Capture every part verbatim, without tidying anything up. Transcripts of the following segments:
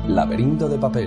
Laberinto de papel.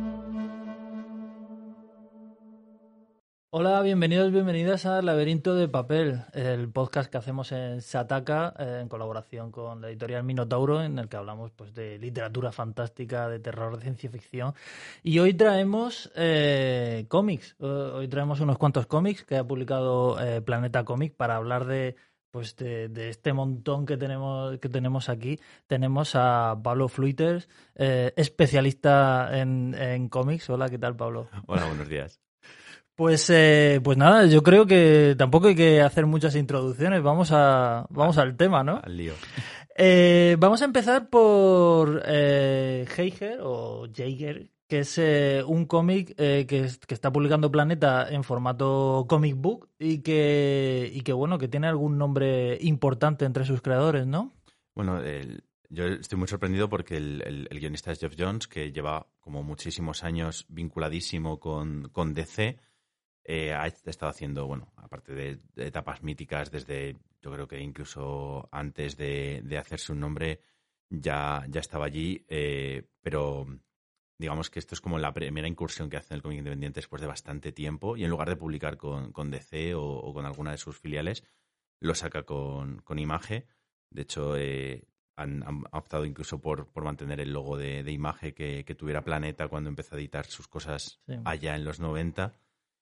Hola, bienvenidos, bienvenidas a Laberinto de Papel, el podcast que hacemos en Sataka eh, en colaboración con la editorial Minotauro, en el que hablamos pues de literatura fantástica, de terror, de ciencia ficción. Y hoy traemos eh, cómics, hoy traemos unos cuantos cómics que ha publicado eh, Planeta Cómic para hablar de pues de, de este montón que tenemos que tenemos aquí. Tenemos a Pablo Fluiters, eh, especialista en, en cómics. Hola, ¿qué tal, Pablo? Hola, buenos días. Pues, eh, pues nada, yo creo que tampoco hay que hacer muchas introducciones. Vamos a vamos al tema, ¿no? Al lío. Eh, vamos a empezar por eh, Heiger o Jaeger, que es eh, un cómic eh, que, que está publicando Planeta en formato comic book y que, y que bueno, que tiene algún nombre importante entre sus creadores, ¿no? Bueno, el, yo estoy muy sorprendido porque el, el, el guionista es Geoff Johns, que lleva como muchísimos años vinculadísimo con, con D C. Eh, ha estado haciendo, bueno, aparte de, de etapas míticas desde, yo creo que incluso antes de, de hacerse un nombre, ya, ya estaba allí, eh, pero digamos que esto es como la primera incursión que hace en el cómic independiente después de bastante tiempo, y en lugar de publicar con, con D C o, o con alguna de sus filiales, lo saca con, con Image. De hecho, eh, han, han optado incluso por, por mantener el logo de, de Image que, que tuviera Planeta cuando empezó a editar sus cosas sí. allá en los noventa.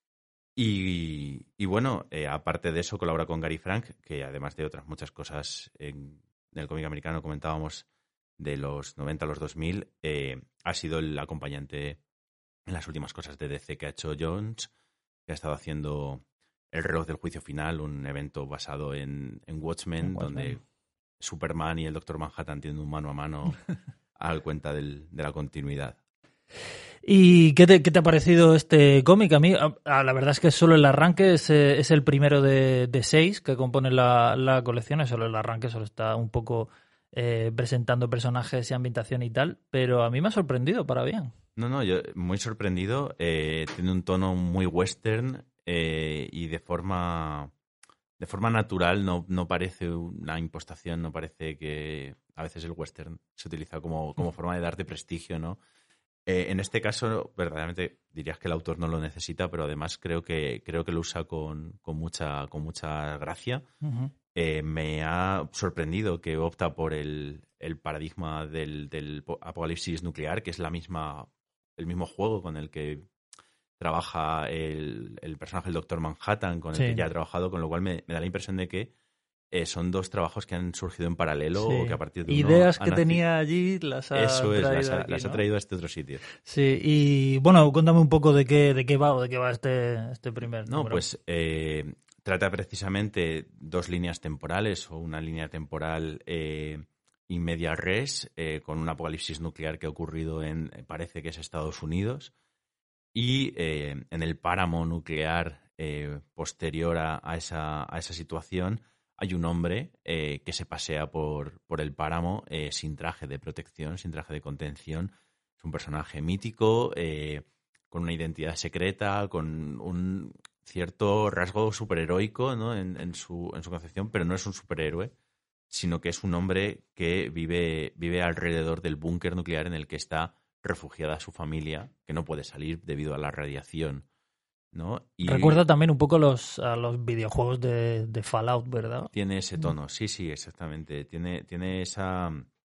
Y, y bueno, eh, aparte de eso, colabora con Gary Frank, que además de otras muchas cosas en, en el cómic americano, comentábamos, de los noventa a los dos mil, eh, ha sido el acompañante en las últimas cosas de D C que ha hecho Jones, que ha estado haciendo El reloj del juicio final, un evento basado en, en Watchmen, Watchmen, donde Superman y el Doctor Manhattan tienen un mano a mano a cuenta del, de la continuidad. ¿Y qué te, qué te ha parecido este cómic? A mí, a, a, la verdad es que solo el arranque es, es el primero de, de seis que componen la, la colección. Es solo el arranque, solo está un poco eh, presentando personajes y ambientación y tal, pero a mí me ha sorprendido para bien. No, no, yo muy sorprendido. Eh, tiene un tono muy western eh, y de forma, de forma natural, no, no parece una impostación, no parece que a veces el western se utiliza como, como forma de darte prestigio, ¿no? Eh, en este caso, verdaderamente dirías que el autor no lo necesita, pero además creo que creo que lo usa con, con mucha con mucha gracia. Uh-huh. Eh, me ha sorprendido que opta por el, el paradigma del, del apocalipsis nuclear, que es la misma el mismo juego con el que trabaja el, el personaje del Doctor Manhattan, con el sí. que ya ha trabajado, con lo cual me, me da la impresión de que Eh, son dos trabajos que han surgido en paralelo sí. o que a partir de ideas uno que tenía allí las ha Eso es, traído las, ha, aquí, las ¿no? ha traído a este otro sitio. Sí, y bueno, cuéntame un poco de qué, de qué va o de qué va este, este primer No, número. pues eh, trata precisamente dos líneas temporales o una línea temporal eh, in media res eh, con un apocalipsis nuclear que ha ocurrido en, parece que es Estados Unidos, y eh, en el páramo nuclear eh, posterior a, a, esa, a esa situación hay un hombre eh, que se pasea por, por el páramo eh, sin traje de protección, sin traje de contención. Es un personaje mítico, eh, con una identidad secreta, con un cierto rasgo superheroico, ¿no? en, en, su, en su concepción, pero no es un superhéroe, sino que es un hombre que vive, vive alrededor del búnker nuclear en el que está refugiada su familia, que no puede salir debido a la radiación, ¿no? Y recuerda también un poco los, a los videojuegos de, de Fallout, ¿verdad? Tiene ese tono, sí, sí, exactamente. Tiene, tiene esa...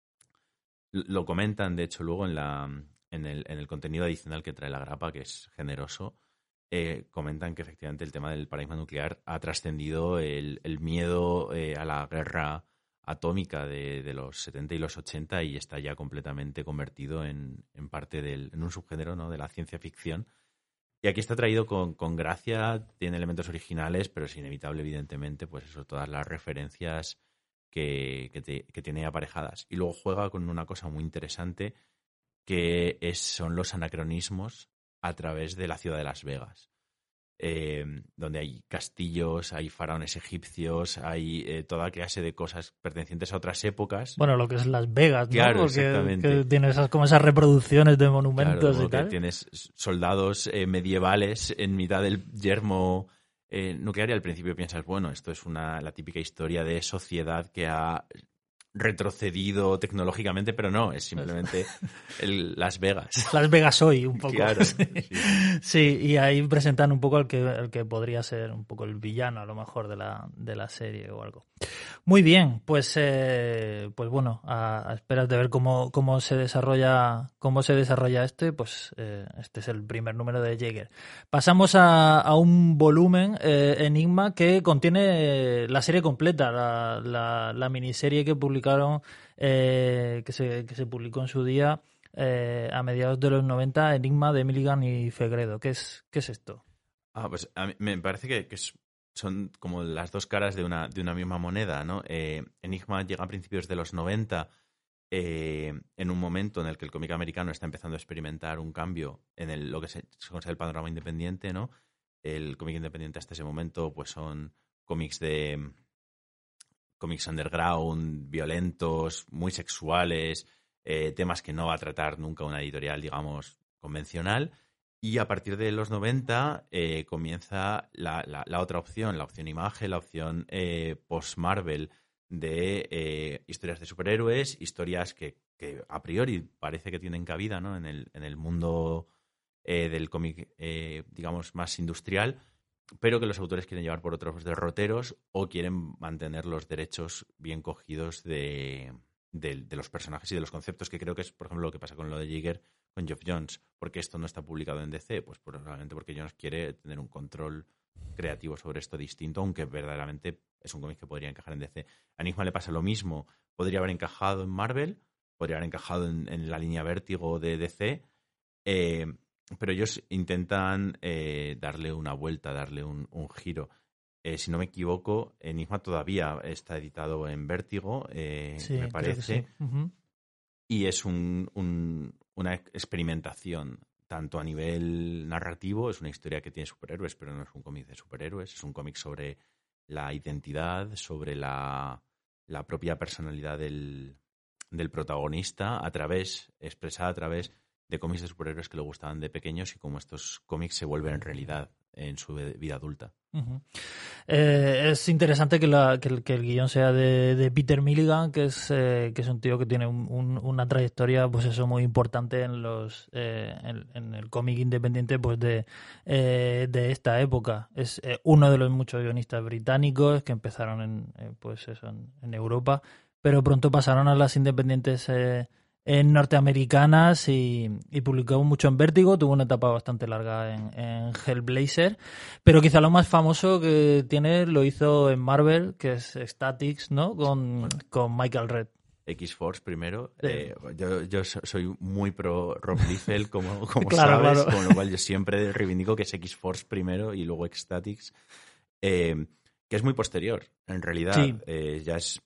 Lo comentan, de hecho, luego en, la, en, el, en el contenido adicional que trae la grapa, que es generoso. Eh, comentan que efectivamente el tema del paradigma nuclear ha trascendido el, el miedo eh, a la guerra atómica de, de los setenta y los ochenta y está ya completamente convertido en, en parte del, en un subgénero, ¿no?, de la ciencia ficción. Y aquí está traído con, con gracia, tiene elementos originales, pero es inevitable, evidentemente, pues eso, todas las referencias que, que, te, que tiene aparejadas. Y luego juega con una cosa muy interesante, que es, son los anacronismos a través de la ciudad de Las Vegas. Eh, donde hay castillos, hay faraones egipcios, hay eh, toda clase de cosas pertenecientes a otras épocas. Bueno, lo que es Las Vegas, ¿no? Claro, porque exactamente. Que tiene esas, como esas reproducciones de monumentos, claro, y tal. Que tienes soldados eh, medievales en mitad del yermo eh, nuclear y al principio piensas, bueno, esto es una la típica historia de sociedad que ha retrocedido tecnológicamente, pero no, es simplemente el Las Vegas. Las Vegas hoy, un poco. Claro, sí. Sí. Sí, y ahí presentan un poco el que, el que podría ser un poco el villano, a lo mejor, de la, de la serie o algo. Muy bien, pues eh, pues bueno, a, a esperas de ver cómo, cómo se desarrolla cómo se desarrolla este, pues eh, este es el primer número de Jaeger. Pasamos a, a un volumen, eh, Enigma, que contiene la serie completa, la, la, la miniserie que publicaron, eh, que se, que se publicó en su día, eh, a mediados de los noventa, Enigma de Milligan y Fegredo. ¿Qué es, qué es esto? Ah, pues a mí me parece que, que es- son como las dos caras de una, de una misma moneda, ¿no? Eh, Enigma llega a principios de los noventa, eh, en un momento en el que el cómic americano está empezando a experimentar un cambio en el, lo que se, se considera el panorama independiente, ¿no? El cómic independiente hasta ese momento pues son cómics de cómics underground, violentos, muy sexuales, eh, temas que no va a tratar nunca una editorial, digamos, convencional. Y a partir de los noventa eh, comienza la, la, la otra opción, la opción imagen, la opción eh, post-Marvel de eh, historias de superhéroes, historias que, que a priori parece que tienen cabida, ¿no? en, el, en el mundo eh, del cómic, eh, digamos, más industrial, pero que los autores quieren llevar por otros derroteros o quieren mantener los derechos bien cogidos de, de, de los personajes y de los conceptos, que creo que es, por ejemplo, lo que pasa con lo de Jaeger con Geoff Johns. ¿Por qué esto no está publicado en D C? Pues probablemente porque Johns quiere tener un control creativo sobre esto distinto, aunque verdaderamente es un cómic que podría encajar en D C. A Enigma le pasa lo mismo. Podría haber encajado en Marvel, podría haber encajado en, en la línea Vértigo de D C, eh, pero ellos intentan eh, darle una vuelta, darle un, un giro. Eh, si no me equivoco, Enigma todavía está editado en Vértigo, eh, Sí, me creo que parece, sí. Ujú. y es un, un- una experimentación tanto a nivel narrativo, es una historia que tiene superhéroes, pero no es un cómic de superhéroes, es un cómic sobre la identidad, sobre la, la propia personalidad del, del protagonista, a través, expresada a través de cómics de superhéroes que le gustaban de pequeños y cómo estos cómics se vuelven realidad en su vida adulta. Ujú. Eh, es interesante que, la, que, el, que el guión sea de, de Peter Milligan, que es, eh, que es un tío que tiene un, un, una trayectoria, pues eso, muy importante en los eh, en, en el cómic independiente, pues de, eh, de esta época. Es eh, uno de los muchos guionistas británicos que empezaron en, eh, pues eso, en, en Europa, pero pronto pasaron a las independientes eh, en norteamericanas y, y publicó mucho en Vértigo. Tuvo una etapa bastante larga en, en Hellblazer, pero quizá lo más famoso que tiene lo hizo en Marvel, que es Statics, ¿no? Con, Bueno. con Michael Red. X-Force primero. Sí. Eh, yo, yo so- soy muy pro Rob Liefeld, como, como Claro, sabes, claro. con lo cual yo siempre reivindico que es X-Force primero y luego X-Statix, eh, que es muy posterior, en realidad. Sí. Eh, ya, es,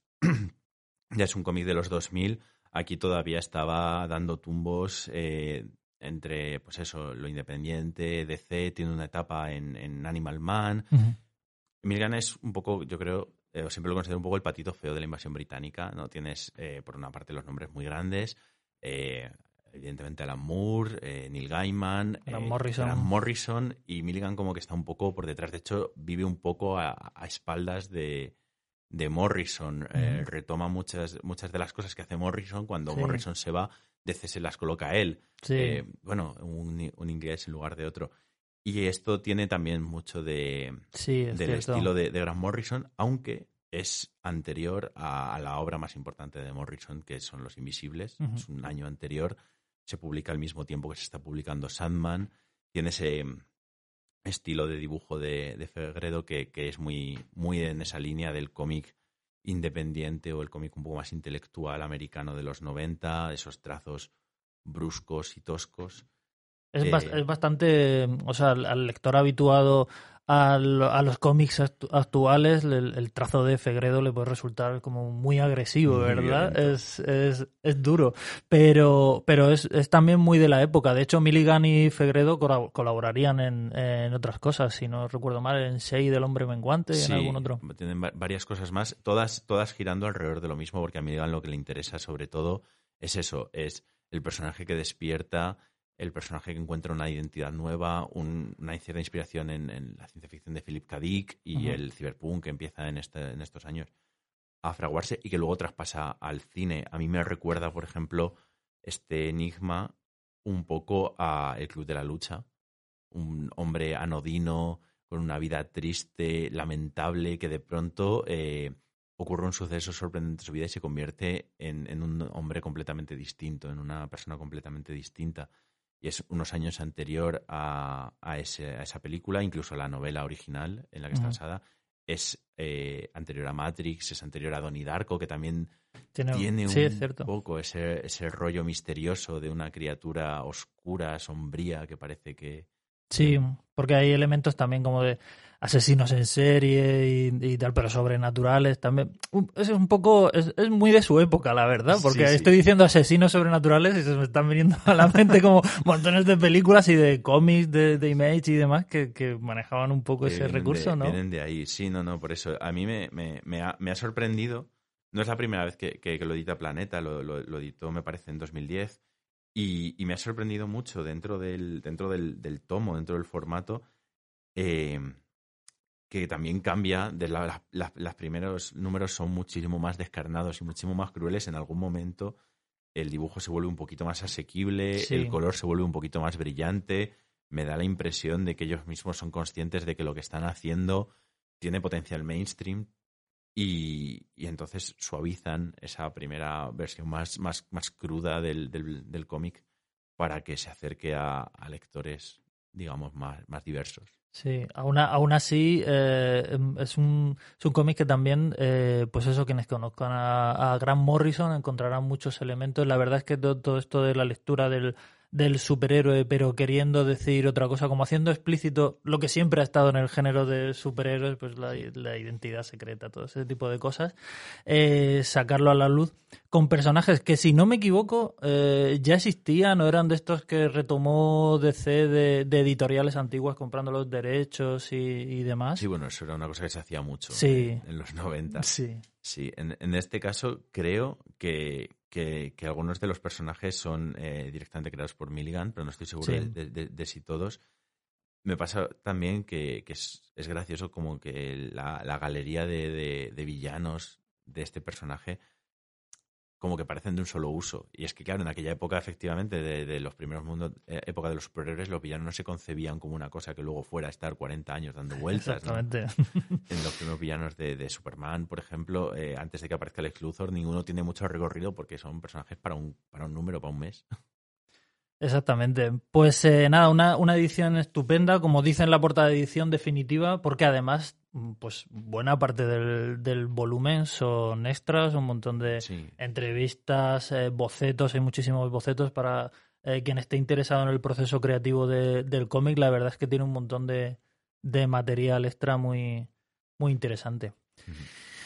ya es un cómic de los dos mil. Aquí todavía estaba dando tumbos eh, entre, pues eso, lo independiente, D C, tiene una etapa en, en Animal Man. Uh-huh. Milligan es un poco, yo creo, eh, siempre lo considero un poco el patito feo de la invasión británica, ¿no? Tienes, eh, por una parte, los nombres muy grandes, eh, evidentemente Alan Moore, eh, Neil Gaiman, Grant eh, Morrison. Grant Morrison, y Milligan como que está un poco por detrás. De hecho, vive un poco a, a espaldas de, de Morrison. Eh, Ujú. retoma muchas, muchas de las cosas que hace Morrison. Cuando Sí. Morrison se va, D C se las coloca a él. Sí. Eh, bueno, un, un inglés en lugar de otro. Y esto tiene también mucho de, Sí, es del cierto. estilo de, de Grant Morrison, aunque es anterior a, a la obra más importante de Morrison, que son Los Invisibles. Ujú. Es un año anterior. Se publica al mismo tiempo que se está publicando Sandman. Tiene ese estilo de dibujo de, de Fegredo que, que es muy, muy en esa línea del cómic independiente o el cómic un poco más intelectual americano de los noventa, esos trazos bruscos y toscos. Es, Eh, bas- es bastante, o sea, al, al lector habituado al- a los cómics actu- actuales, el, el trazo de Fegredo le puede resultar como muy agresivo, Muy ¿verdad? violento. Es, es, es duro, pero, pero es, es también muy de la época. De hecho, Milligan y Fegredo cora- colaborarían en, en otras cosas, si no recuerdo mal, en Shade del Hombre Menguante y Sí, en algún otro. tienen va- varias cosas más, todas, todas girando alrededor de lo mismo, porque a Milligan lo que le interesa sobre todo es eso, es el personaje que despierta, el personaje que encuentra una identidad nueva, un- una cierta inspiración en, en la ciencia ficción de Philip K. Dick y Ujú. el cyberpunk que empieza en, este, en estos años. a fraguarse y que luego traspasa al cine. A mí me recuerda, por ejemplo, este enigma un poco a El Club de la Lucha. Un hombre anodino, con una vida triste, lamentable, que de pronto eh, ocurre un suceso sorprendente en su vida y se convierte en, en un hombre completamente distinto, en una persona completamente distinta. Y es unos años anterior a, a, ese, a esa película, incluso la novela original en la que está basada. Es eh, anterior a Matrix, es anterior a Donnie Darko, que también tiene, tiene sí, un poco ese, ese rollo misterioso de una criatura oscura, sombría, que parece que... Sí, porque hay elementos también como de asesinos en serie y, y tal, pero sobrenaturales también. Es un poco, es, es muy de su época, la verdad, porque sí, estoy sí. diciendo asesinos sobrenaturales y se me están viniendo a la mente como montones de películas y de cómics, de, de Image y demás que, que manejaban un poco que ese recurso, de, ¿no? Vienen de ahí, sí, no, no, por eso. A mí me, me, me, ha, me ha sorprendido. No es la primera vez que, que, que lo edita Planeta, lo, lo, lo editó, me parece, en dos mil diez. Y, y me ha sorprendido mucho dentro del, dentro del, del tomo, dentro del formato, eh, que también cambia. De la, la, la, los primeros números son muchísimo más descarnados y muchísimo más crueles. En algún momento el dibujo se vuelve un poquito más asequible, sí. El color se vuelve un poquito más brillante. Me da la impresión de que ellos mismos son conscientes de que lo que están haciendo tiene potencial mainstream. Y, y entonces suavizan esa primera versión más, más, más cruda del, del, del cómic para que se acerque a, a lectores, digamos, más, más diversos. Sí, aún, aún así eh, es un, es un cómic que también, eh, pues eso, quienes conozcan a, a Grant Morrison encontrarán muchos elementos. La verdad es que todo, todo esto de la lectura del del superhéroe, pero queriendo decir otra cosa, como haciendo explícito lo que siempre ha estado en el género de superhéroes, pues la, la identidad secreta, todo ese tipo de cosas, eh, sacarlo a la luz con personajes que, si no me equivoco, eh, ya existían o eran de estos que retomó D C de, de editoriales antiguas comprando los derechos y, y demás. Sí, bueno, eso era una cosa que se hacía mucho sí. en, en los noventa. Sí. Sí, en, en este caso creo que, que, que algunos de los personajes son eh, directamente creados por Milligan, pero no estoy seguro sí. de, de, de, de si todos. Me pasa también que, que es, es gracioso como que la, la galería de, de, de villanos de este personaje como que parecen de un solo uso. Y es que, claro, en aquella época, efectivamente, de, de los primeros mundos, eh, época de los superhéroes, los villanos no se concebían como una cosa que luego fuera a estar cuarenta años dando vueltas. Exactamente. ¿No? En los primeros villanos de, de Superman, por ejemplo, eh, antes de que aparezca Lex Luthor, ninguno tiene mucho recorrido porque son personajes para un, para un número, para un mes. Exactamente. Pues eh, nada, una, una edición estupenda, como dice en la portada de edición definitiva, porque además, pues buena parte del, del volumen son extras, un montón de sí. entrevistas, eh, bocetos, hay muchísimos bocetos para eh, quien esté interesado en el proceso creativo de, del cómic. La verdad es que tiene un montón de, de material extra muy, muy interesante. Uh-huh.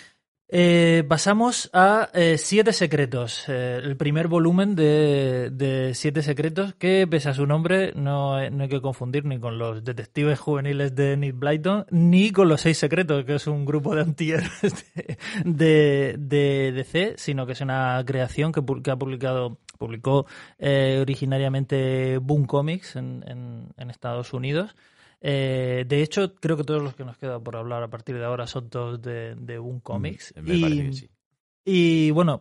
Eh, pasamos a eh, Siete Secretos, eh, el primer volumen de, de Siete Secretos, que pese a su nombre no, no hay que confundir ni con los detectives juveniles de Nick Blyton ni con los Seis Secretos, que es un grupo de antihéroes de, de, de D C, sino que es una creación que, que ha publicado publicó eh, originariamente Boom Comics en, en, en Estados Unidos. Eh, de hecho, creo que todos los que nos queda por hablar a partir de ahora son todos de, de Boom Comics. Mm, me y, parece que sí. Y bueno,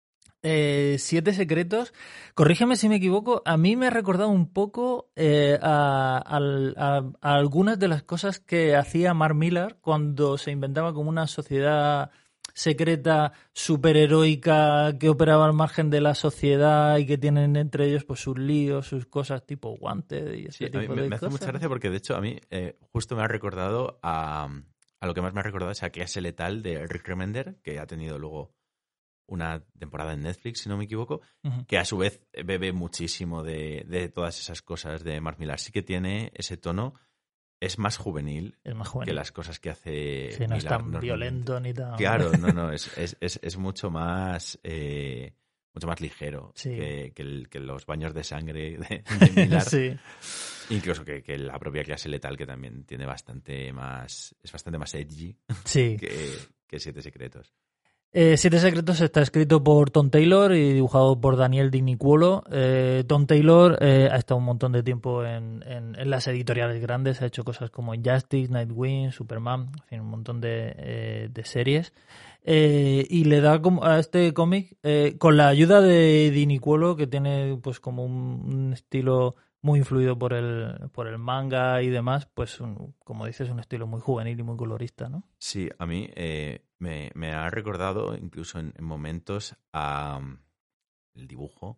eh, Siete Secretos, corrígeme si me equivoco, a mí me ha recordado un poco eh, a, a, a, a algunas de las cosas que hacía Mark Millar cuando se inventaba como una sociedad secreta superheroica que operaba al margen de la sociedad y que tienen entre ellos pues sus líos, sus cosas tipo Wanted y ese sí, tipo a mí me, de me cosas. hace mucha gracia porque de hecho a mí eh, justo me ha recordado a, a lo que más me ha recordado es a Clase Letal de Rick Remender, que ha tenido luego una temporada en Netflix, si no me equivoco, uh-huh. que a su vez bebe muchísimo de, de todas esas cosas de Mark Millar. Sí que tiene ese tono. Es más juvenil, es más juvenil que las cosas que hace sí, no Millar es tan violento ni tan... Claro, no, no, es, es, es, es mucho más eh, mucho más ligero sí. que, que, el, que los baños de sangre de, de Millar. sí. Incluso que, que la propia Clase Letal, que también tiene bastante más... Es bastante más edgy sí. que, que Siete Secretos. Eh, Siete Secretos está escrito por Tom Taylor y dibujado por Daniel Di Nicuolo. Eh, Tom Taylor eh, ha estado un montón de tiempo en, en, en las editoriales grandes, ha hecho cosas como Injustice, Nightwing, Superman, en fin, un montón de, eh, de series. Eh, y le da como a este cómic, eh, con la ayuda de Di Nicuolo, que tiene pues como un, un estilo muy influido por el, por el manga y demás, pues un, como dices, un estilo muy juvenil y muy colorista, ¿no? Sí, a mí eh, me, me ha recordado incluso en, en momentos a um, el dibujo,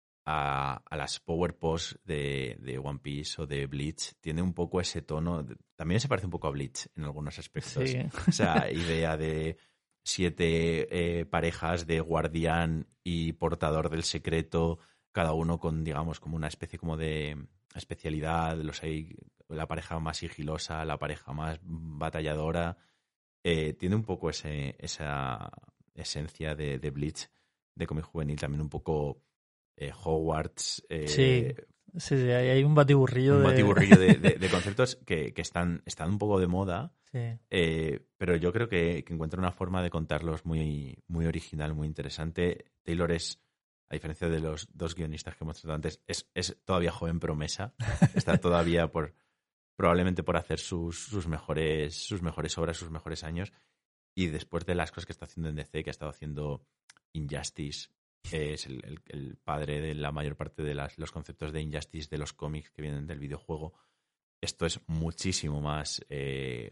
a, a las Power Pose de, de One Piece o de Bleach. Tiene un poco ese tono, de- también se parece un poco a Bleach en algunos aspectos. Sí. Esa idea de siete eh, parejas de guardián y portador del secreto, cada uno con, digamos, como una especie como de especialidad. Los hay, la pareja más sigilosa, la pareja más batalladora. Eh, tiene un poco ese, esa esencia de, de Bleach, de cómic juvenil, también un poco eh, Hogwarts, Sí, eh, sí, sí, hay, hay un batiburrillo un de... batiburrillo de, de- de conceptos que, que están, están un poco de moda, Sí. eh, pero yo creo que, que encuentra una forma de contarlos muy, muy original, muy interesante. Taylor es, a diferencia de los dos guionistas que hemos tratado antes, es, es todavía joven promesa, está todavía por probablemente por hacer sus, sus, mejores, sus mejores obras, sus mejores años. Y después de las cosas que está haciendo en D C, que ha estado haciendo Injustice, eh, es el, el- el padre de la mayor parte de las- los conceptos de Injustice de los cómics que vienen del videojuego. Esto es muchísimo más, eh,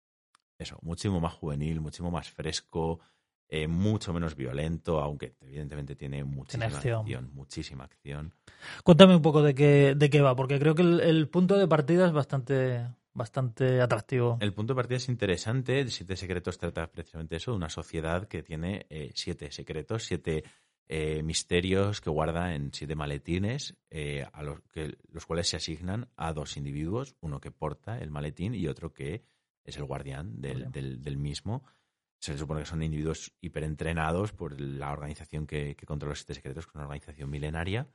eso, muchísimo más juvenil, muchísimo más fresco, eh, mucho menos violento, aunque evidentemente tiene Tiene muchísima acción. acción, muchísima acción. Cuéntame un poco de qué, de qué va, porque creo que el, el punto de partida es bastante, bastante atractivo. El punto de partida es interesante. Siete Secretos trata precisamente eso, de una sociedad que tiene eh, siete secretos, siete eh, misterios que guarda en siete maletines, eh, a los, que, los cuales se asignan a dos individuos, uno que porta el maletín y otro que es el guardián del, del, del mismo. Se supone que son individuos hiperentrenados por la organización que, que controla los siete secretos, que es una organización milenaria.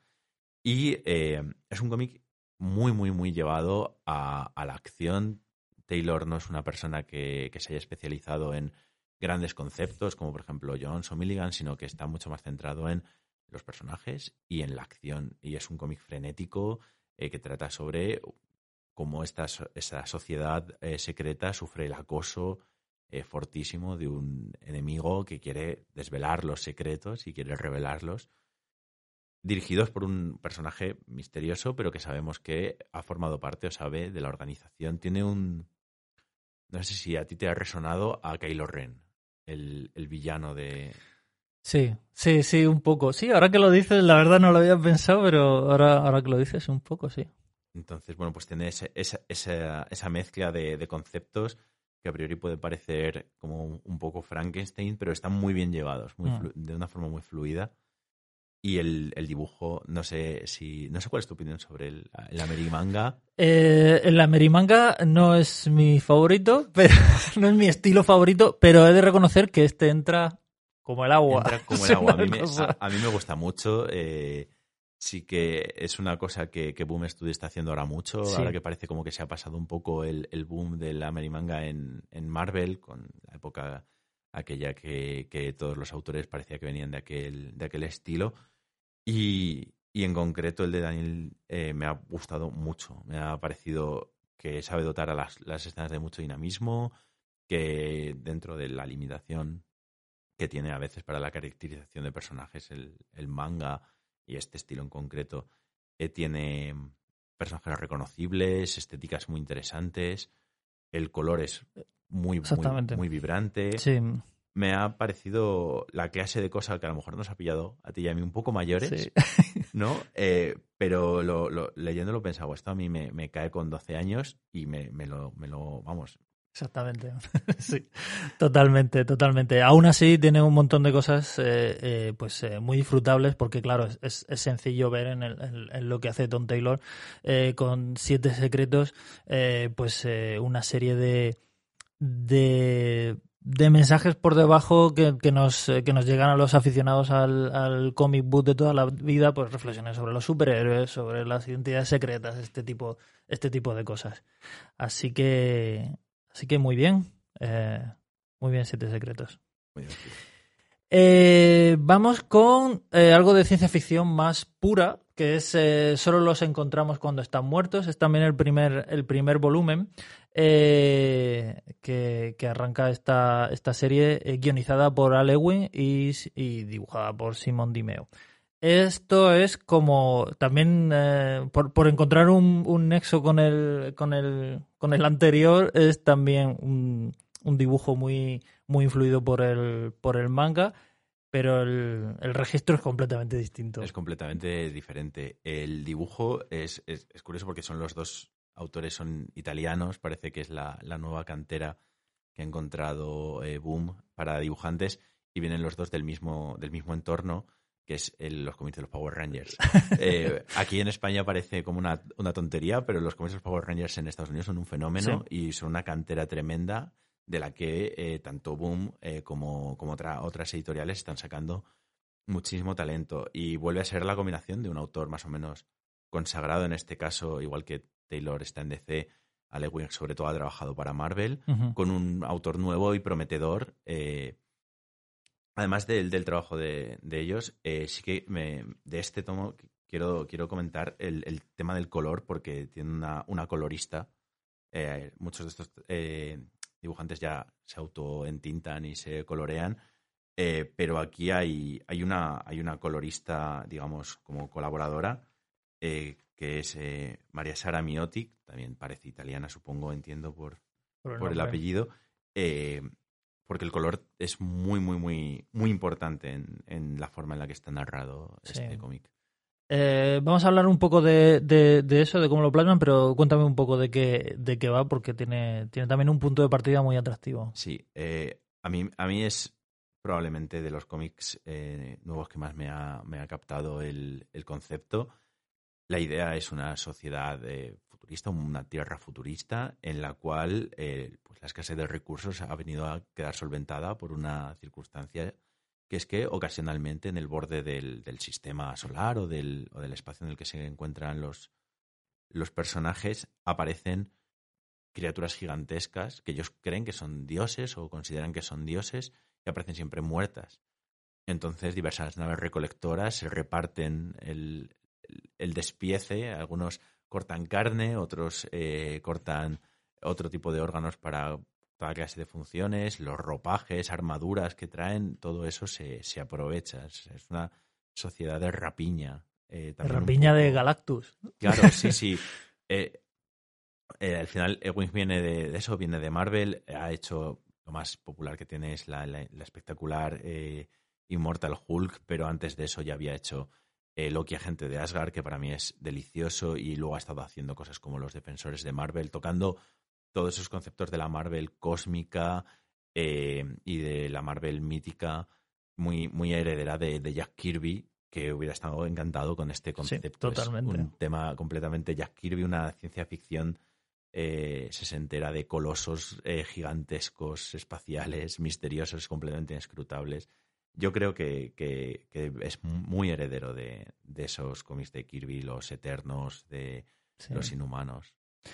Y eh, es un cómic muy, muy, muy llevado a, a la acción. Taylor no es una persona que, que se haya especializado en grandes conceptos, como por ejemplo Jones o Milligan, sino que está mucho más centrado en los personajes y en la acción. Y es un cómic frenético eh, que trata sobre cómo esta, so- esta sociedad eh, secreta sufre el acoso eh, fortísimo de un enemigo que quiere desvelar los secretos y quiere revelarlos, dirigidos por un personaje misterioso, pero que sabemos que ha formado parte o sabe de la organización. Tiene un... No sé si a ti te ha resonado a Kylo Ren, el, el villano de... Sí, sí, sí, un poco. Sí, ahora que lo dices, la verdad no lo había pensado, pero ahora, ahora que lo dices, un poco, sí. Entonces, bueno, pues tiene ese- esa, esa, esa mezcla de, de conceptos que a priori puede parecer como un, un poco Frankenstein, pero están muy bien llevados, muy Mm. flu- de una forma muy fluida. Y el, el dibujo, no sé si... No sé cuál es tu opinión sobre el, el Amerimanga. Eh, el Amerimanga no es mi favorito, pero no es mi estilo favorito, pero he de reconocer que este entra como el agua. Entra como el Es agua. A una mí me, cosa. a, a mí me gusta mucho. eh, sí que es una cosa que, que Boom Studio está haciendo ahora mucho. Sí, Ahora que parece como que se ha pasado un poco el, el boom del Amerimanga en, en Marvel, con la época aquella que, que todos los autores parecía que venían de aquel, de aquel estilo. Y, y en concreto el de Daniel eh, me ha gustado mucho. Me ha parecido que sabe dotar a las, las escenas de mucho dinamismo, que dentro de la limitación que tiene a veces para la caracterización de personajes el, el manga y este estilo en concreto, eh, tiene personajes reconocibles, estéticas muy interesantes, el color es muy, muy, exactamente. muy vibrante. Sí, Me ha parecido la clase de cosa que a lo mejor nos ha pillado a ti y a mí un poco sí. mayores, ¿no? Eh, pero lo, lo, leyéndolo pensaba, esto a mí me, me cae con doce años y me, me, lo, me lo, vamos, Exactamente, sí, totalmente, totalmente. Aún así tiene un montón de cosas eh, eh, pues eh, muy disfrutables porque claro, es, es, es sencillo ver en, el, en, en lo que hace Tom Taylor eh, con Siete Secretos, eh, pues eh, una serie de, de, de mensajes por debajo que, que, nos, eh, que nos llegan a los aficionados al, al comic book de toda la vida, pues reflexiones sobre los superhéroes, sobre las identidades secretas, este tipo, este tipo de cosas. Así que... Así que muy bien. Eh, muy bien, Siete Secretos. muy divertido. Eh, vamos con eh, algo de ciencia ficción más pura, que es eh, solo los encontramos cuando están muertos. Es también el primer, el primer volumen eh, que, que arranca esta, esta serie eh, guionizada por Al Ewing y, y dibujada por Simon Dimeo. Esto es como también eh, por, por encontrar un, un nexo con el, con el con el anterior, es también un, un dibujo muy, muy influido por el, por el manga, pero el, el registro es completamente distinto. Es completamente diferente. El dibujo es, es, es curioso porque son los dos autores son italianos, parece que es la, la nueva cantera que ha encontrado eh, Boom para dibujantes, y vienen los dos del mismo, del mismo entorno, que es el, los cómics de los Power Rangers. Eh, aquí en España parece como una, una tontería, pero los cómics de los Power Rangers en Estados Unidos son un fenómeno, sí, y son una cantera tremenda de la que eh, tanto Boom eh, como, como otra, otras editoriales están sacando muchísimo talento. Y vuelve a ser la combinación de un autor más o menos consagrado, en este caso, igual que Taylor está en D C, Ale Ewing sobre todo ha trabajado para Marvel, uh-huh, con un autor nuevo y prometedor. Eh, además del, del trabajo de, de ellos, eh, sí que me, de este tomo quiero, quiero comentar el, el tema del color, porque tiene una, una colorista. Eh, muchos de estos eh, dibujantes ya se autoentintan y se colorean, eh, pero aquí hay, hay, una, hay una colorista, digamos, como colaboradora, eh, que es eh, María Sara Miotti, también parece italiana, supongo, entiendo por, por el, por el apellido, eh, porque el color es muy, muy, muy, muy importante en, en la forma en la que está narrado este sí. cómic. Eh, vamos a hablar un poco de, de, de eso, de cómo lo plasman, pero cuéntame un poco de qué, de qué va, porque tiene, tiene también un punto de partida muy atractivo. Sí, eh, a, mí, a mí es probablemente de los cómics eh, nuevos que más me ha, me ha captado el, el concepto. La idea es una sociedad eh, futurista, una tierra futurista, en la cual eh, pues la escasez de recursos ha venido a quedar solventada por una circunstancia, que es que ocasionalmente en el borde del, del sistema solar o del, o del espacio en el que se encuentran los, los personajes aparecen criaturas gigantescas que ellos creen que son dioses o consideran que son dioses, y aparecen siempre muertas. Entonces diversas naves recolectoras se reparten el, el, el despiece, algunos cortan carne, otros eh, cortan otro tipo de órganos para toda clase de funciones, los ropajes, armaduras que traen, todo eso se, se aprovecha. Es una sociedad de rapiña. Eh, de rapiña poco... de Galactus. Claro, sí, sí. Eh, eh, al final Ewing viene de, de eso, viene de Marvel, ha hecho lo más popular que tiene es la, la, la espectacular eh, Immortal Hulk, pero antes de eso ya había hecho eh, Loki, agente de Asgard, que para mí es delicioso, y luego ha estado haciendo cosas como Los Defensores de Marvel, tocando todos esos conceptos de la Marvel cósmica eh, y de la Marvel mítica, muy, muy heredera de, de Jack Kirby, que hubiera estado encantado con este concepto. Sí, totalmente. Es un tema completamente Jack Kirby, una ciencia ficción eh, sesentera de colosos eh, gigantescos, espaciales, misteriosos, completamente inescrutables. Yo creo que, que, que es muy heredero de, de esos cómics de Kirby, los Eternos, de sí. los Inhumanos.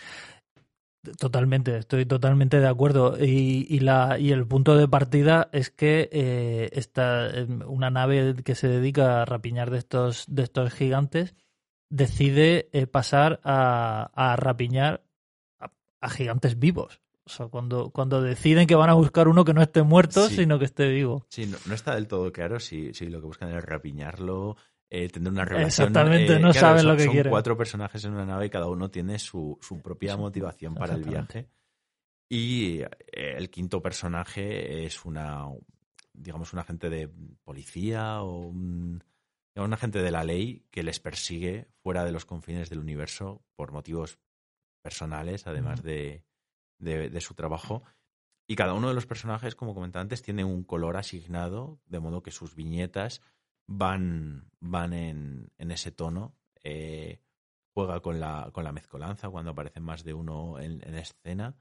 Totalmente, estoy totalmente de acuerdo. Y, y, la, y el punto de partida es que eh, esta, una nave que se dedica a rapiñar de estos, de estos gigantes decide eh, pasar a, a rapiñar a, a gigantes vivos. O sea, cuando, cuando deciden que van a buscar uno que no esté muerto, sí. sino que esté vivo. Sí, no, no está del todo claro si, si lo que buscan es rapiñarlo, eh, tener una relación. Exactamente, eh, no claro, saben son, lo que son quieren. Cuatro personajes en una nave y cada uno tiene su, su propia sí, motivación para el viaje. Y eh, el quinto personaje es una, digamos, un agente de policía o un, un agente de la ley que les persigue fuera de los confines del universo por motivos personales, además mm. de, de, de su trabajo. Y cada uno de los personajes, como comentaba antes, tiene un color asignado, de modo que sus viñetas van, van en, en ese tono. Eh, juega con la, con la mezcolanza cuando aparecen más de uno en, en escena.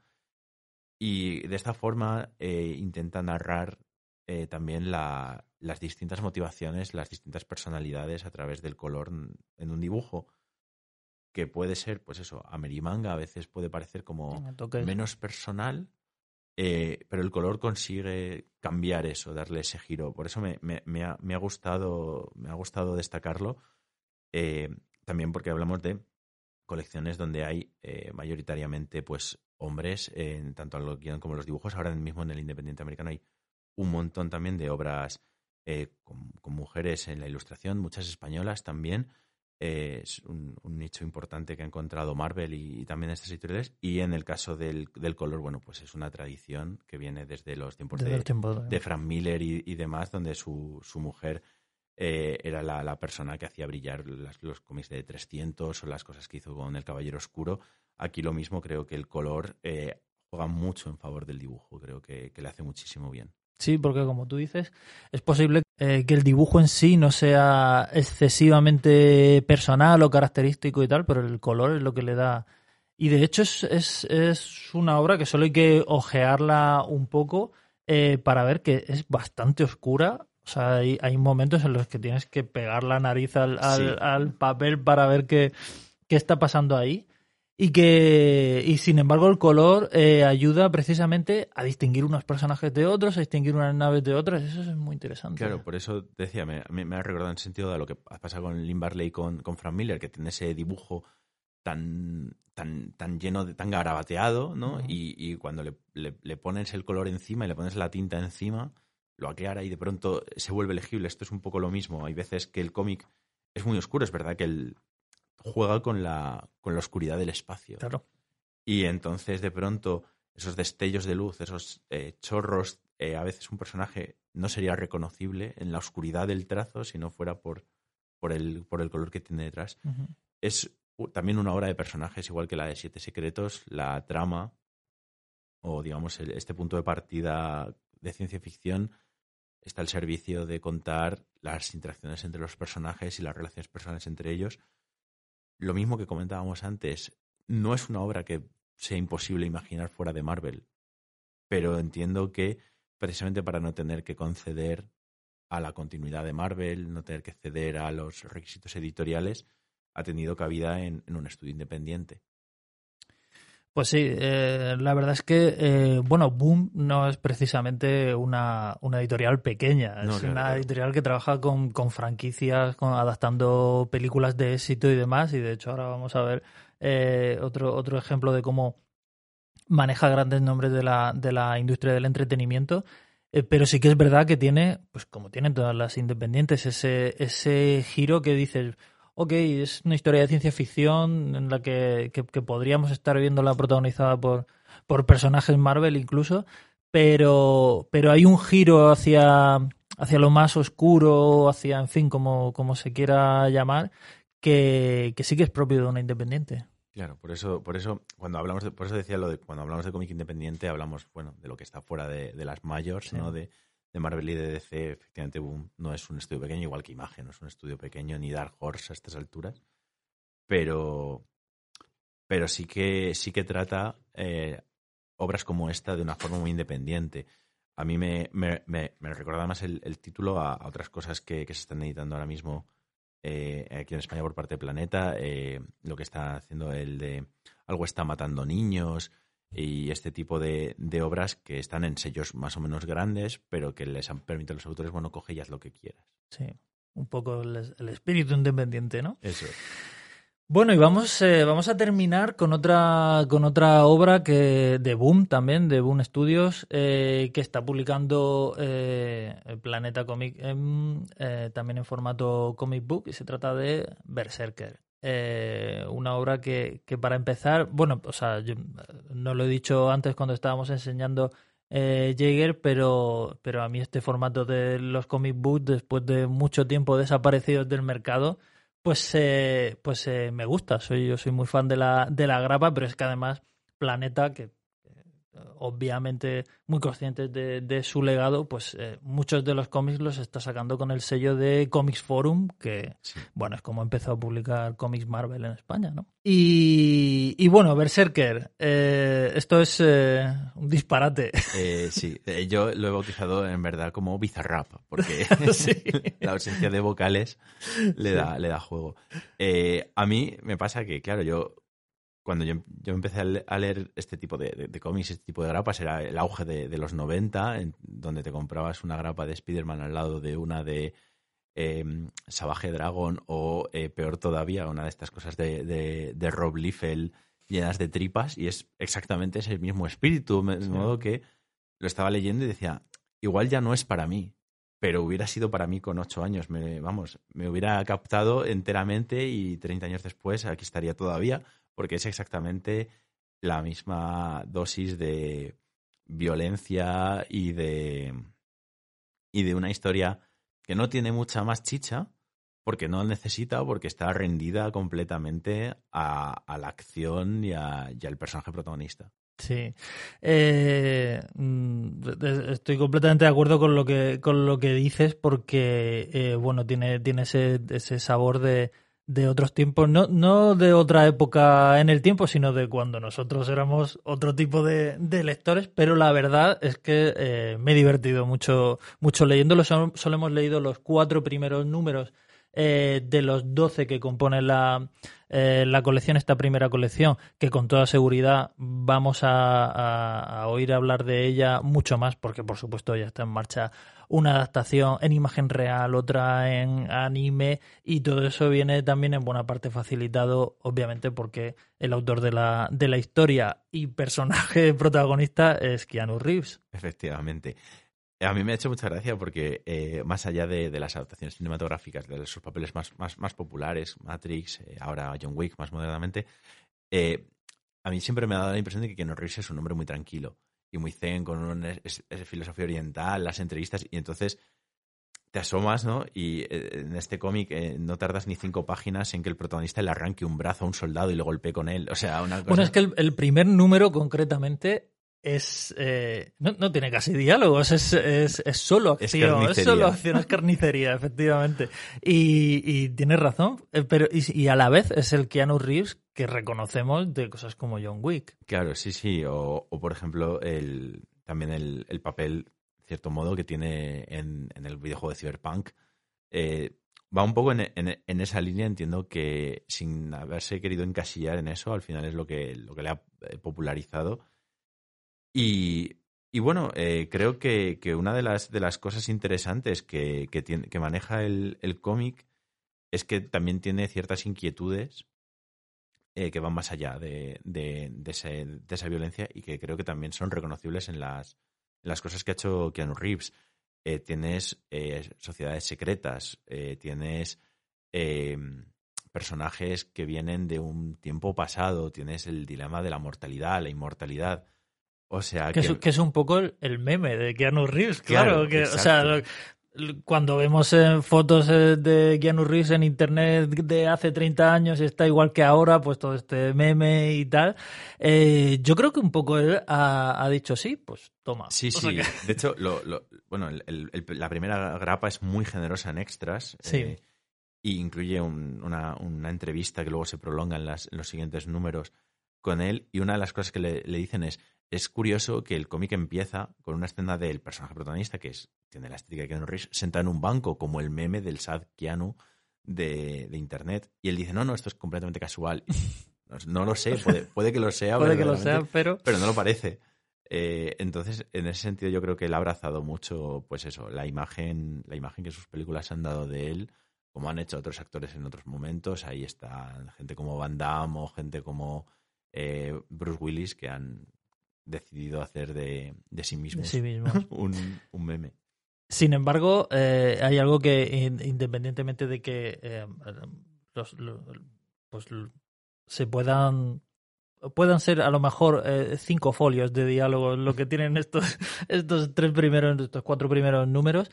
Y de esta forma eh, intenta narrar eh, también la, las distintas motivaciones, las distintas personalidades a través del color en un dibujo que puede ser, pues eso, amerimanga, a veces puede parecer como menos personal, Eh, pero el color consigue cambiar eso, darle ese giro. Por eso me, me, me, ha, me ha gustado me ha gustado destacarlo. Eh, también porque hablamos de colecciones donde hay eh, mayoritariamente pues hombres, en tanto en el guión como en los dibujos. Ahora mismo en el Independiente Americano hay un montón también de obras eh, con, con mujeres en la ilustración, muchas españolas también. Eh, es un, un nicho importante que ha encontrado Marvel y, y también estas editoriales. Y en el caso del, del color, bueno, pues es una tradición que viene desde los tiempos Desde de, los tiempos de- de Frank Miller y, y demás, donde su, su mujer eh, era la, la persona que hacía brillar las- los cómics de trescientos o las cosas que hizo con El Caballero Oscuro. Aquí lo mismo, creo que el color eh, juega mucho en favor del dibujo, creo que, que le hace muchísimo bien. Sí, porque como tú dices, es posible eh, que el dibujo en sí no sea excesivamente personal o característico y tal, pero el color es lo que le da. Y de hecho es, es, es una obra que solo hay que ojearla un poco eh, para ver que es bastante oscura. O sea, hay, hay momentos en los que tienes que pegar la nariz al, al, Sí. al papel para ver qué, qué está pasando ahí. Y que y sin embargo el color eh, ayuda precisamente a distinguir unos personajes de otros, a distinguir unas naves de otras. Eso es muy interesante. Claro, por eso decía, me, me, me ha recordado en sentido de lo que ha pasado con Lynn Barley y con, con Frank Miller, que tiene ese dibujo tan, tan, tan lleno, de tan garabateado, ¿no? Uh-huh. Y, y cuando le, le, le pones el color encima y le pones la tinta encima, lo aclara y de pronto se vuelve legible. Esto es un poco lo mismo. Hay veces que el cómic es muy oscuro, es verdad que el juega con la, con la oscuridad del espacio. Claro. Y entonces, de pronto, esos destellos de luz, esos eh, chorros, eh, a veces un personaje no sería reconocible en la oscuridad del trazo si no fuera por, por, el, por el color que tiene detrás. Uh-huh. Es uh, también una obra de personajes, igual que la de Siete Secretos, la trama, o digamos, el, este punto de partida de ciencia ficción, está al servicio de contar las interacciones entre los personajes y las relaciones personales entre ellos. Lo mismo que comentábamos antes, no es una obra que sea imposible imaginar fuera de Marvel, pero entiendo que precisamente para no tener que conceder a la continuidad de Marvel, no tener que ceder a los requisitos editoriales, ha tenido cabida en, en un estudio independiente. Pues sí, eh, la verdad es que, eh, bueno, Boom no es precisamente una, una editorial pequeña, No, es claro, una claro. editorial que trabaja con, con franquicias, con, adaptando películas de éxito y demás, y de hecho ahora vamos a ver eh, otro, otro ejemplo de cómo maneja grandes nombres de la, de la industria del entretenimiento, eh, pero sí que es verdad que tiene, pues como tienen todas las independientes, ese, ese giro que dices... Ok, es una historia de ciencia ficción en la que, que, que podríamos estar viéndola protagonizada por, por personajes Marvel incluso, pero, pero hay un giro hacia, hacia lo más oscuro, hacia, en fin, como, como se quiera llamar, que, que sí que es propio de una independiente. Claro, por eso, por eso cuando hablamos de, por eso decía lo de cuando hablamos de cómic independiente, hablamos, bueno, de lo que está fuera de, de las mayors, Sí. ¿no? De, de Marvel y de D C. Efectivamente, Boom no es un estudio pequeño, igual que Imagen, no es un estudio pequeño, ni Dark Horse a estas alturas. Pero, pero sí que sí que trata eh, obras como esta de una forma muy independiente. A mí me, me, me, me recuerda más el, el título a, a otras cosas que, que se están editando ahora mismo eh, aquí en España por parte de Planeta, eh, lo que está haciendo el de Algo está matando niños y este tipo de, de obras que están en sellos más o menos grandes, pero que les han permitido a los autores, bueno, coge y haz lo que quieras. Sí, un poco el, el espíritu independiente, ¿no? Eso. Bueno, y vamos, eh, vamos a terminar con otra, con otra obra que de Boom también, de Boom Studios, eh, que está publicando eh, Planeta Comic eh, también en formato comic book, y se trata de Berserker. Eh, una obra que, que para empezar, bueno, o sea, yo no lo he dicho antes cuando estábamos enseñando eh, Jaeger, pero, pero a mí este formato de los comic books, después de mucho tiempo desaparecidos del mercado, pues eh, pues eh, me gusta. Soy, yo soy muy fan de la, de la grapa, pero es que además Planeta, que obviamente muy conscientes de, de su legado, pues eh, muchos de los cómics los está sacando con el sello de Comics Forum, que Sí. bueno, es como empezó a publicar cómics Marvel en España, ¿no? Y, y bueno, Berserker, eh, esto es eh, un disparate. Eh, sí, eh, yo lo he bautizado en verdad como Bizarrap, porque Sí. la ausencia de vocales le da, le da juego. Eh, a mí me pasa que, claro, yo cuando yo, yo empecé a, le, a leer este tipo de, de, de cómics, este tipo de grapas, era el auge de, de los noventa, en, donde te comprabas una grapa de Spider-Man al lado de una de eh, Savage Dragon o, eh, peor todavía, una de estas cosas de, de, de Rob Liefeld llenas de tripas, y es exactamente ese mismo espíritu, de sí. modo que lo estaba leyendo y decía, igual ya no es para mí, pero hubiera sido para mí con ocho años. Me, vamos, me hubiera captado enteramente y treinta años después aquí estaría todavía, porque es exactamente la misma dosis de violencia y de, y de una historia que no tiene mucha más chicha, porque no necesita, porque está rendida completamente a, a la acción y, a, y al personaje protagonista. Sí, eh, estoy completamente de acuerdo con lo que con lo que dices, porque eh, bueno, tiene tiene ese ese sabor de, de otros tiempos, no no de otra época en el tiempo, sino de cuando nosotros éramos otro tipo de, de lectores. Pero la verdad es que eh, me he divertido mucho mucho leyéndolo. Solo, solo hemos leído los cuatro primeros números eh, de los doce que componen la Eh, la colección, esta primera colección, que con toda seguridad vamos a, a, a oír hablar de ella mucho más, porque por supuesto ya está en marcha una adaptación en imagen real, otra en anime, y todo eso viene también en buena parte facilitado, obviamente, porque el autor de la, de la historia y personaje protagonista es Keanu Reeves. Efectivamente. A mí me ha hecho mucha gracia porque, eh, más allá de, de las adaptaciones cinematográficas, de sus papeles más, más, más populares, Matrix, eh, ahora John Wick más modernamente, eh, a mí siempre me ha dado la impresión de que Keanu Reeves es un hombre muy tranquilo y muy zen, con una es, es filosofía oriental, las entrevistas, y entonces te asomas, ¿no? Y eh, en este cómic eh, no tardas ni cinco páginas en que el protagonista le arranque un brazo a un soldado y lo golpee con él. O sea, una cosa... Bueno, es que el, el primer número concretamente... Es eh, no, no tiene casi diálogos, es, es, es solo acción, es, es solo acción, es carnicería, efectivamente. Y, y tienes razón, pero y, y a la vez es el Keanu Reeves que reconocemos de cosas como John Wick. Claro, sí, sí. O, o por ejemplo, el, también el, el papel, de cierto modo, que tiene en, en el videojuego de Cyberpunk. Eh, va un poco en, en, en esa línea, entiendo que sin haberse querido encasillar en eso, al final es lo que, lo que le ha popularizado. Y, y bueno, eh, creo que, que una de las, de las cosas interesantes que, que, tiene, que maneja el, el cómic es que también tiene ciertas inquietudes eh, que van más allá de, de, de, ese, de esa violencia, y que creo que también son reconocibles en las, en las cosas que ha hecho Keanu Reeves. Eh, tienes eh, sociedades secretas, eh, tienes eh, personajes que vienen de un tiempo pasado, tienes el dilema de la mortalidad, la inmortalidad. O sea, que, que... Es, que es un poco el, el meme de Keanu Reeves, claro. claro que, o sea, lo, cuando vemos eh, fotos eh, de Keanu Reeves en internet de hace treinta años y está igual que ahora, pues todo este meme y tal, eh, yo creo que un poco él ha, ha dicho sí, pues toma. Sí, sí. O sea que... De hecho, lo, lo, bueno, el, el, el, la primera grapa es muy generosa en extras. Sí. Eh, y incluye un, una, una entrevista que luego se prolonga en, las, en los siguientes números con él, y una de las cosas que le, le dicen es: es curioso que el cómic empieza con una escena del personaje protagonista, que es, tiene la estética de Keanu Reeves, sentado en un banco, como el meme del sad Keanu de, de internet. Y él dice, no, no, esto es completamente casual. No, no lo sé, puede, puede que lo sea, puede que lo sea, pero... pero no lo parece. Eh, entonces, en ese sentido, yo creo que él ha abrazado mucho, pues eso, la imagen, la imagen que sus películas han dado de él, como han hecho otros actores en otros momentos. Ahí está gente como Van Damme o gente como eh, Bruce Willis, que han decidido hacer de, de sí mismos, de sí mismos. un, un meme. Sin embargo, eh, hay algo que, independientemente de que eh, los, los, pues, se puedan puedan ser a lo mejor eh, cinco folios de diálogo lo que tienen estos estos tres primeros, estos cuatro primeros números,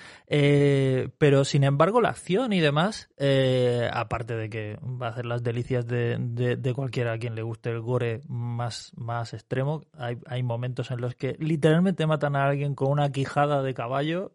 eh, pero sin embargo la acción y demás, eh, aparte de que va a hacer las delicias de, de, de cualquiera a quien le guste el gore más, más extremo, hay, hay momentos en los que literalmente matan a alguien con una quijada de caballo.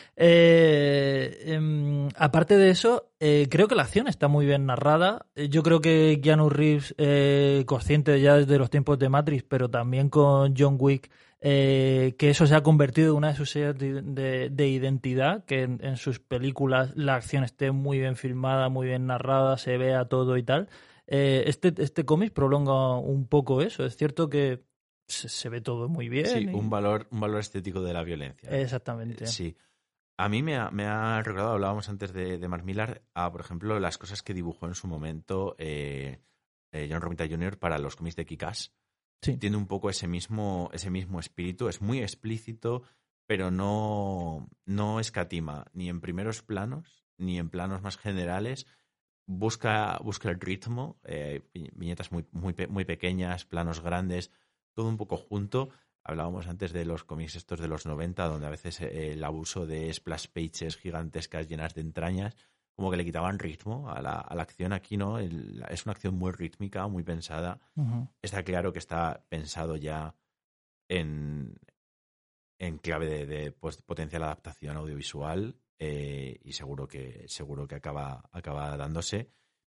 Eh, eh, aparte de eso, eh, creo que la acción está muy bien narrada. Yo creo que Keanu Reeves, eh, consciente ya desde los tiempos de Matrix, pero también con John Wick, eh, que eso se ha convertido en una de sus señas de, de, de identidad, que en, en sus películas la acción esté muy bien filmada, muy bien narrada, se vea todo y tal. Eh, este este cómic prolonga un poco eso. Es cierto que se, se ve todo muy bien. Sí, y... un valor, un valor estético de la violencia. Exactamente. Eh, sí. A mí me ha, me ha recordado, hablábamos antes de, de Mark Millar, a, por ejemplo, las cosas que dibujó en su momento eh, eh, John Romita junior para los cómics de Kick-Ass. Sí. Tiene un poco ese mismo, ese mismo espíritu, es muy explícito, pero no, no escatima ni en primeros planos, ni en planos más generales. Busca, busca el ritmo, eh, viñetas muy, muy, muy pequeñas, planos grandes, todo un poco junto. Hablábamos antes de los cómics estos de los noventa, donde a veces el abuso de splash pages gigantescas llenas de entrañas, como que le quitaban ritmo a la, a la acción. Aquí no, el, es una acción muy rítmica, muy pensada. Uh-huh. Está claro que está pensado ya en, en clave de, de pues, potencial adaptación audiovisual eh, y seguro que, seguro que acaba, acaba dándose.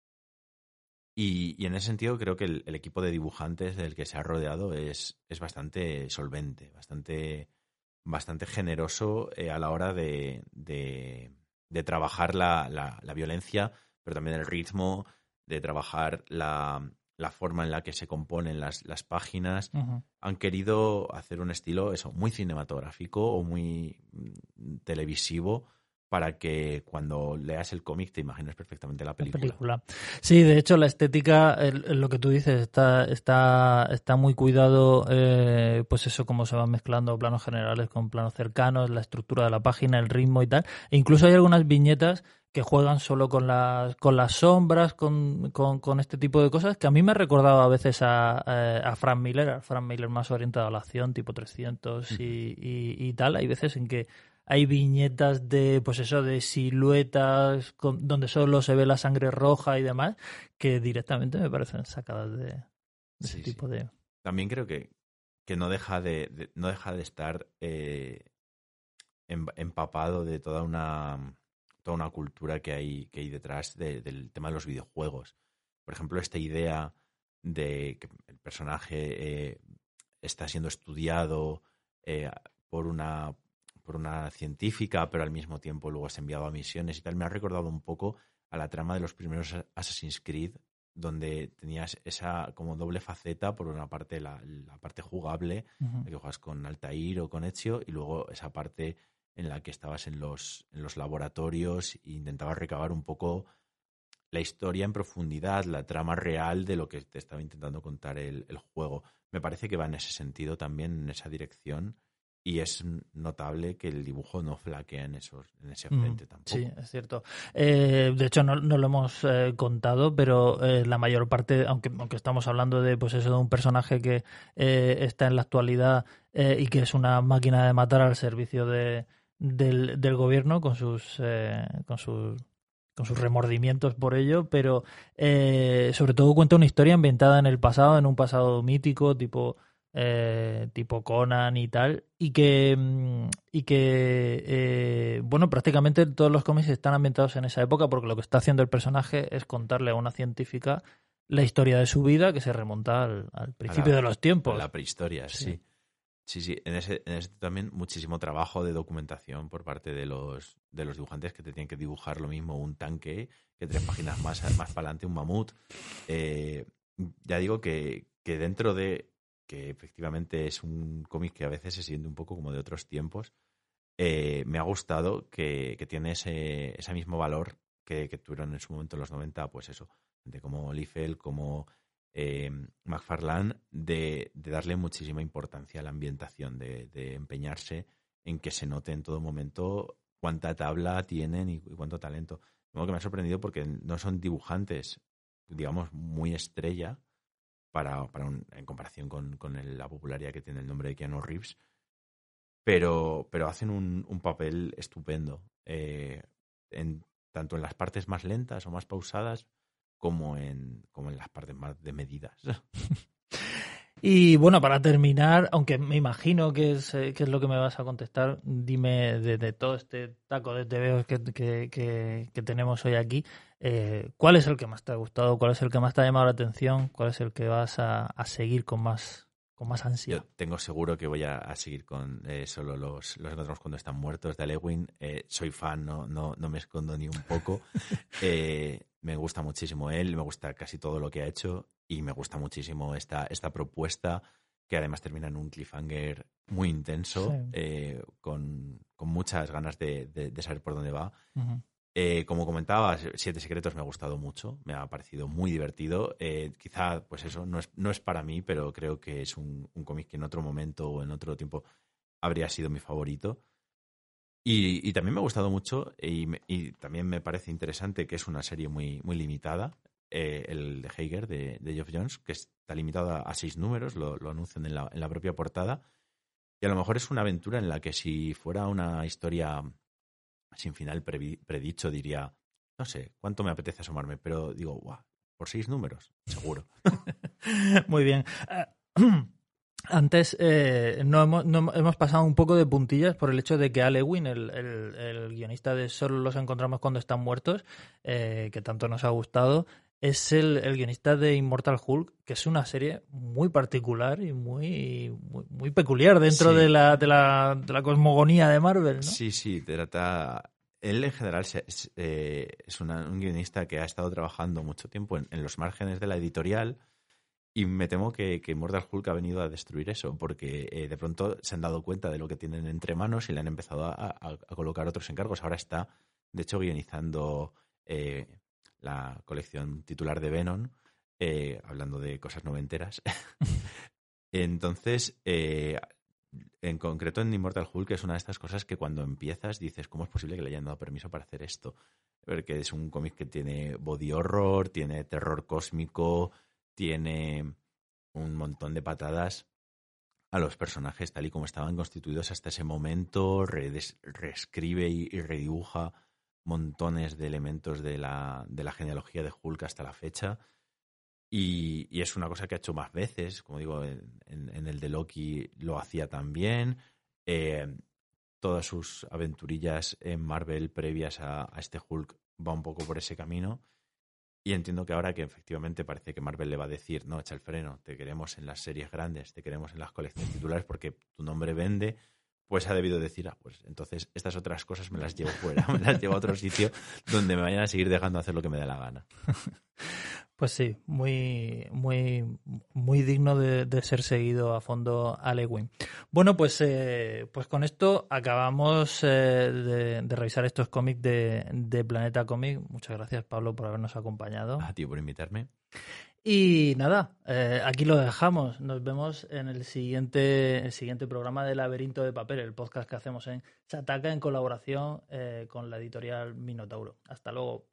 Y, y en ese sentido creo que el, el equipo de dibujantes del que se ha rodeado es, es bastante solvente, bastante, bastante generoso eh, a la hora de, de, de trabajar la, la, la violencia, pero también el ritmo, de trabajar la, la forma en la que se componen las, las páginas. Uh-huh. Han querido hacer un estilo eso, muy cinematográfico o muy mm, televisivo, para que cuando leas el cómic te imagines perfectamente la película. La película. Sí, de hecho la estética, el, el, lo que tú dices, está, está, está muy cuidado, eh, pues eso, cómo se van mezclando planos generales con planos cercanos, la estructura de la página, el ritmo y tal. E incluso hay algunas viñetas que juegan solo con las, con las sombras, con, con, con este tipo de cosas, que a mí me ha recordado a veces a, a, a Frank Miller, a Frank Miller más orientado a la acción, tipo trescientos uh-huh. y, y, y tal. Hay veces en que hay viñetas de, pues eso, de siluetas con, donde solo se ve la sangre roja y demás, que directamente me parecen sacadas de, de sí, ese tipo sí. de... También creo que, que no deja de, de no deja de estar eh, empapado de toda una toda una cultura que hay que hay detrás de, del tema de los videojuegos. Por ejemplo, esta idea de que el personaje eh, está siendo estudiado eh, por una por una científica, pero al mismo tiempo luego es enviado a misiones y tal, me ha recordado un poco a la trama de los primeros Assassin's Creed, donde tenías esa como doble faceta, por una parte la, la parte jugable, uh-huh. de que juegas con Altair o con Ezio, y luego esa parte en la que estabas en los, en los laboratorios e intentabas recabar un poco la historia en profundidad, la trama real de lo que te estaba intentando contar el, el juego. Me parece que va en ese sentido también, en esa dirección, y es notable que el dibujo no flaquea en, esos, en ese frente mm, tampoco. Sí, es cierto. Eh, de hecho, no, no lo hemos eh, contado, pero eh, la mayor parte, aunque, aunque estamos hablando de, pues eso, de un personaje que eh, está en la actualidad eh, y que es una máquina de matar al servicio de, del, del gobierno con sus, eh, con sus con sus remordimientos por ello, pero eh, sobre todo cuenta una historia ambientada en el pasado, en un pasado mítico, tipo eh, tipo Conan y tal, y que y que eh, bueno, prácticamente todos los cómics están ambientados en esa época, porque lo que está haciendo el personaje es contarle a una científica la historia de su vida, que se remonta al, al principio la, de los tiempos. A la prehistoria, sí. sí. Sí, sí, en ese, en ese también muchísimo trabajo de documentación por parte de los de los dibujantes, que te tienen que dibujar lo mismo un tanque, que tres páginas más, más para adelante un mamut. Eh, ya digo que, que dentro de que efectivamente es un cómic que a veces se siente un poco como de otros tiempos, eh, me ha gustado que, que tiene ese, ese mismo valor que, que tuvieron en su momento en los noventa, pues eso, de como Liefeld, como... Eh, McFarlane, de, de darle muchísima importancia a la ambientación, de, de empeñarse en que se note en todo momento cuánta tabla tienen y, y cuánto talento. Lo que me ha sorprendido, porque no son dibujantes, digamos, muy estrella para, para un, en comparación con, con el, la popularidad que tiene el nombre de Keanu Reeves, pero, pero hacen un, un papel estupendo, eh, en, tanto en las partes más lentas o más pausadas, como en, como en las partes más de medidas. Y bueno, para terminar, aunque me imagino que es, que es lo que me vas a contestar, dime de, de todo este taco de T V que, que, que, que tenemos hoy aquí, eh, ¿cuál es el que más te ha gustado? ¿Cuál es el que más te ha llamado la atención? ¿Cuál es el que vas a, a seguir con más, con más ansia? Yo tengo seguro que voy a, a seguir con eh, solo los, los encontramos cuando están muertos de Alewin. Eh, soy fan, no, no, no me escondo ni un poco. eh, me gusta muchísimo él, me gusta casi todo lo que ha hecho y me gusta muchísimo esta, esta propuesta que además termina en un cliffhanger muy intenso, sí. eh, con, con muchas ganas de, de, de saber por dónde va. Uh-huh. Eh, como comentaba, Siete Secretos me ha gustado mucho, me ha parecido muy divertido. Eh, quizá, pues eso, no es, no es para mí, pero creo que es un, un cómic que en otro momento o en otro tiempo habría sido mi favorito. Y, y también me ha gustado mucho y, me, y también me parece interesante que es una serie muy, muy limitada, eh, el de Hager, de, de Geoff Johns, que está limitado a, a seis números, lo, lo anuncian en la, en la propia portada. Y a lo mejor es una aventura en la que si fuera una historia sin final previ, predicho, diría, no sé, cuánto me apetece asomarme, pero digo, guau, por seis números, seguro. Muy bien. Uh, Antes eh, no, hemos, no hemos pasado un poco de puntillas por el hecho de que Al Ewing, el, el, el guionista de Solo los encontramos cuando están muertos, eh, que tanto nos ha gustado, es el, el guionista de Immortal Hulk, que es una serie muy particular y muy, muy, muy peculiar dentro sí. de, la, de, la, de la cosmogonía de Marvel, ¿no? Sí, sí, trata... Él en general es, eh, es una, un guionista que ha estado trabajando mucho tiempo en, en los márgenes de la editorial. Y me temo que, que Immortal Hulk ha venido a destruir eso, porque eh, de pronto se han dado cuenta de lo que tienen entre manos y le han empezado a, a, a colocar otros encargos. Ahora está, de hecho, guionizando eh, la colección titular de Venom, eh, hablando de cosas noventeras. Entonces, eh, en concreto en Immortal Hulk es una de estas cosas que cuando empiezas dices, ¿cómo es posible que le hayan dado permiso para hacer esto? Porque es un cómic que tiene body horror, tiene terror cósmico, tiene un montón de patadas a los personajes tal y como estaban constituidos hasta ese momento, redes, reescribe y, y redibuja montones de elementos de la, de la genealogía de Hulk hasta la fecha. Y, y es una cosa que ha hecho más veces, como digo, en, en, en el de Loki lo hacía también. Eh, todas sus aventurillas en Marvel previas a, a este Hulk va un poco por ese camino. Y entiendo que ahora que efectivamente parece que Marvel le va a decir, no, echa el freno, te queremos en las series grandes, te queremos en las colecciones titulares porque tu nombre vende, pues ha debido decir, ah, pues entonces estas otras cosas me las llevo fuera, me las llevo a otro sitio donde me vayan a seguir dejando hacer lo que me dé la gana. Pues sí, muy, muy, muy digno de, de ser seguido a fondo Al Ewing. Bueno, pues, eh, pues con esto acabamos eh, de, de revisar estos cómics de, de Planeta Cómic. Muchas gracias, Pablo, por habernos acompañado. A ti por invitarme. Y nada, eh, aquí lo dejamos. Nos vemos en el siguiente, el siguiente programa de Laberinto de Papel, el podcast que hacemos en Sataka en colaboración eh, con la editorial Minotauro. Hasta luego.